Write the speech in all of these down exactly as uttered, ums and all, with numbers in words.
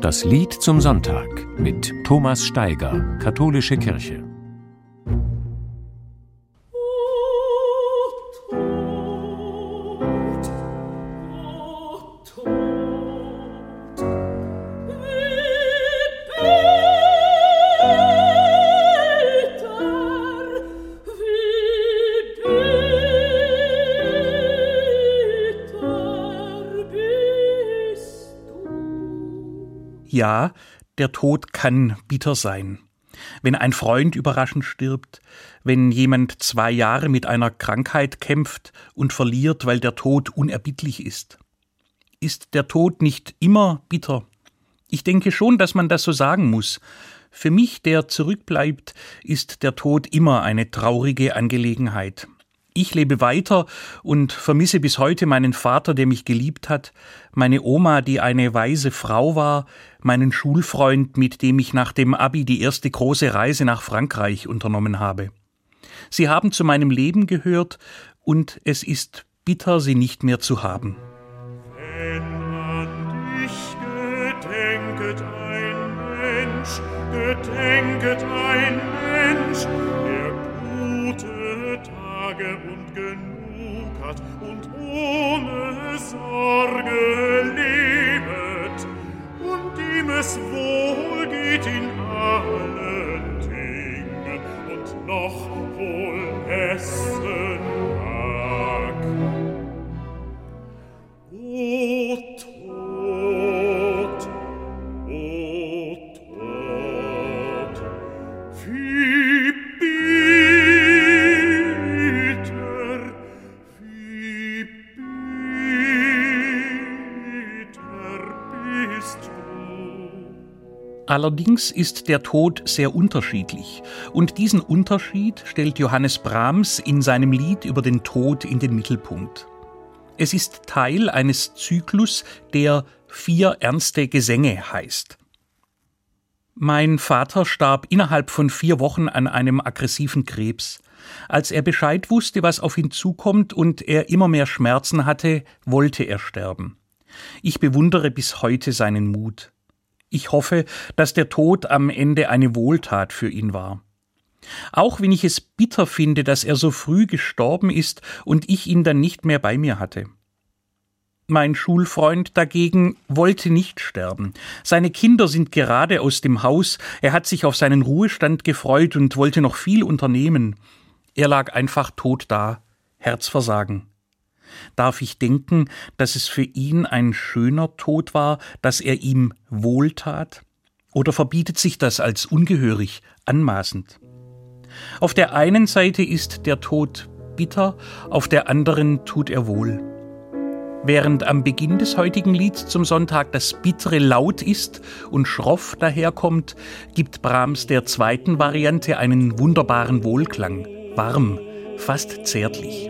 Das Lied zum Sonntag mit Thomas Steiger, Katholische Kirche. Ja, der Tod kann bitter sein. Wenn ein Freund überraschend stirbt, wenn jemand zwei Jahre mit einer Krankheit kämpft und verliert, weil der Tod unerbittlich ist. Ist der Tod nicht immer bitter? Ich denke schon, dass man das so sagen muss. Für mich, der zurückbleibt, ist der Tod immer eine traurige Angelegenheit. Ich lebe weiter und vermisse bis heute meinen Vater, der mich geliebt hat, meine Oma, die eine weise Frau war, meinen Schulfreund, mit dem ich nach dem Abi die erste große Reise nach Frankreich unternommen habe. Sie haben zu meinem Leben gehört und es ist bitter, sie nicht mehr zu haben. Wenn an dich gedenket ein Mensch, gedenket ein Mensch, der gute Tage und genug hat und ohne Sorge lebet und ihm es wohl geht in allen Dingen und noch wohl essen mag. O Tod, o Tod, wie bitter, wie bitter bist du. Allerdings ist der Tod sehr unterschiedlich. Und diesen Unterschied stellt Johannes Brahms in seinem Lied über den Tod in den Mittelpunkt. Es ist Teil eines Zyklus, der Vier ernste Gesänge heißt. Mein Vater starb innerhalb von vier Wochen an einem aggressiven Krebs. Als er Bescheid wusste, was auf ihn zukommt und er immer mehr Schmerzen hatte, wollte er sterben. Ich bewundere bis heute seinen Mut. Ich hoffe, dass der Tod am Ende eine Wohltat für ihn war. Auch wenn ich es bitter finde, dass er so früh gestorben ist und ich ihn dann nicht mehr bei mir hatte. Mein Schulfreund dagegen wollte nicht sterben. Seine Kinder sind gerade aus dem Haus, er hat sich auf seinen Ruhestand gefreut und wollte noch viel unternehmen. Er lag einfach tot da, Herzversagen. Darf ich denken, dass es für ihn ein schöner Tod war, dass er ihm wohltat? Oder verbietet sich das als ungehörig, anmaßend? Auf der einen Seite ist der Tod bitter, auf der anderen tut er wohl. Während am Beginn des heutigen Lieds zum Sonntag das Bittere laut ist und schroff daherkommt, gibt Brahms der zweiten Variante einen wunderbaren Wohlklang, warm, fast zärtlich.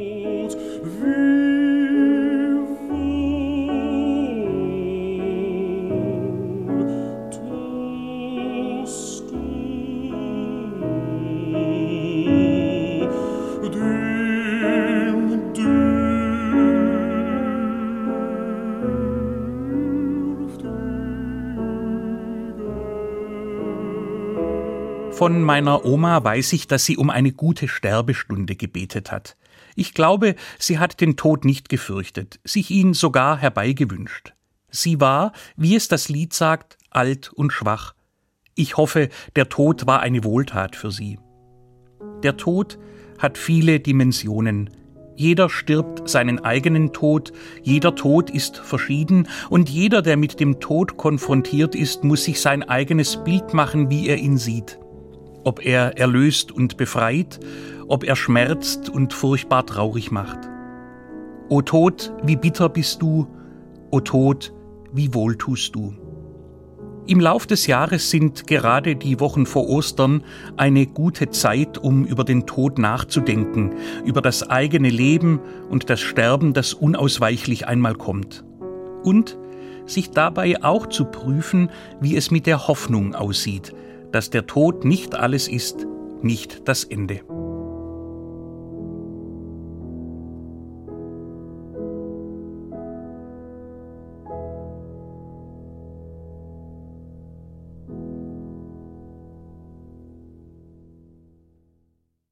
Von meiner Oma weiß ich, dass sie um eine gute Sterbestunde gebetet hat. Ich glaube, sie hat den Tod nicht gefürchtet, sich ihn sogar herbeigewünscht. Sie war, wie es das Lied sagt, alt und schwach. Ich hoffe, der Tod war eine Wohltat für sie. Der Tod hat viele Dimensionen. Jeder stirbt seinen eigenen Tod, jeder Tod ist verschieden und jeder, der mit dem Tod konfrontiert ist, muss sich sein eigenes Bild machen, wie er ihn sieht. Ob er erlöst und befreit, ob er schmerzt und furchtbar traurig macht. O Tod, wie bitter bist du, o Tod, wie wohl tust du. Im Lauf des Jahres sind gerade die Wochen vor Ostern eine gute Zeit, um über den Tod nachzudenken, über das eigene Leben und das Sterben, das unausweichlich einmal kommt. Und sich dabei auch zu prüfen, wie es mit der Hoffnung aussieht, dass der Tod nicht alles ist, nicht das Ende.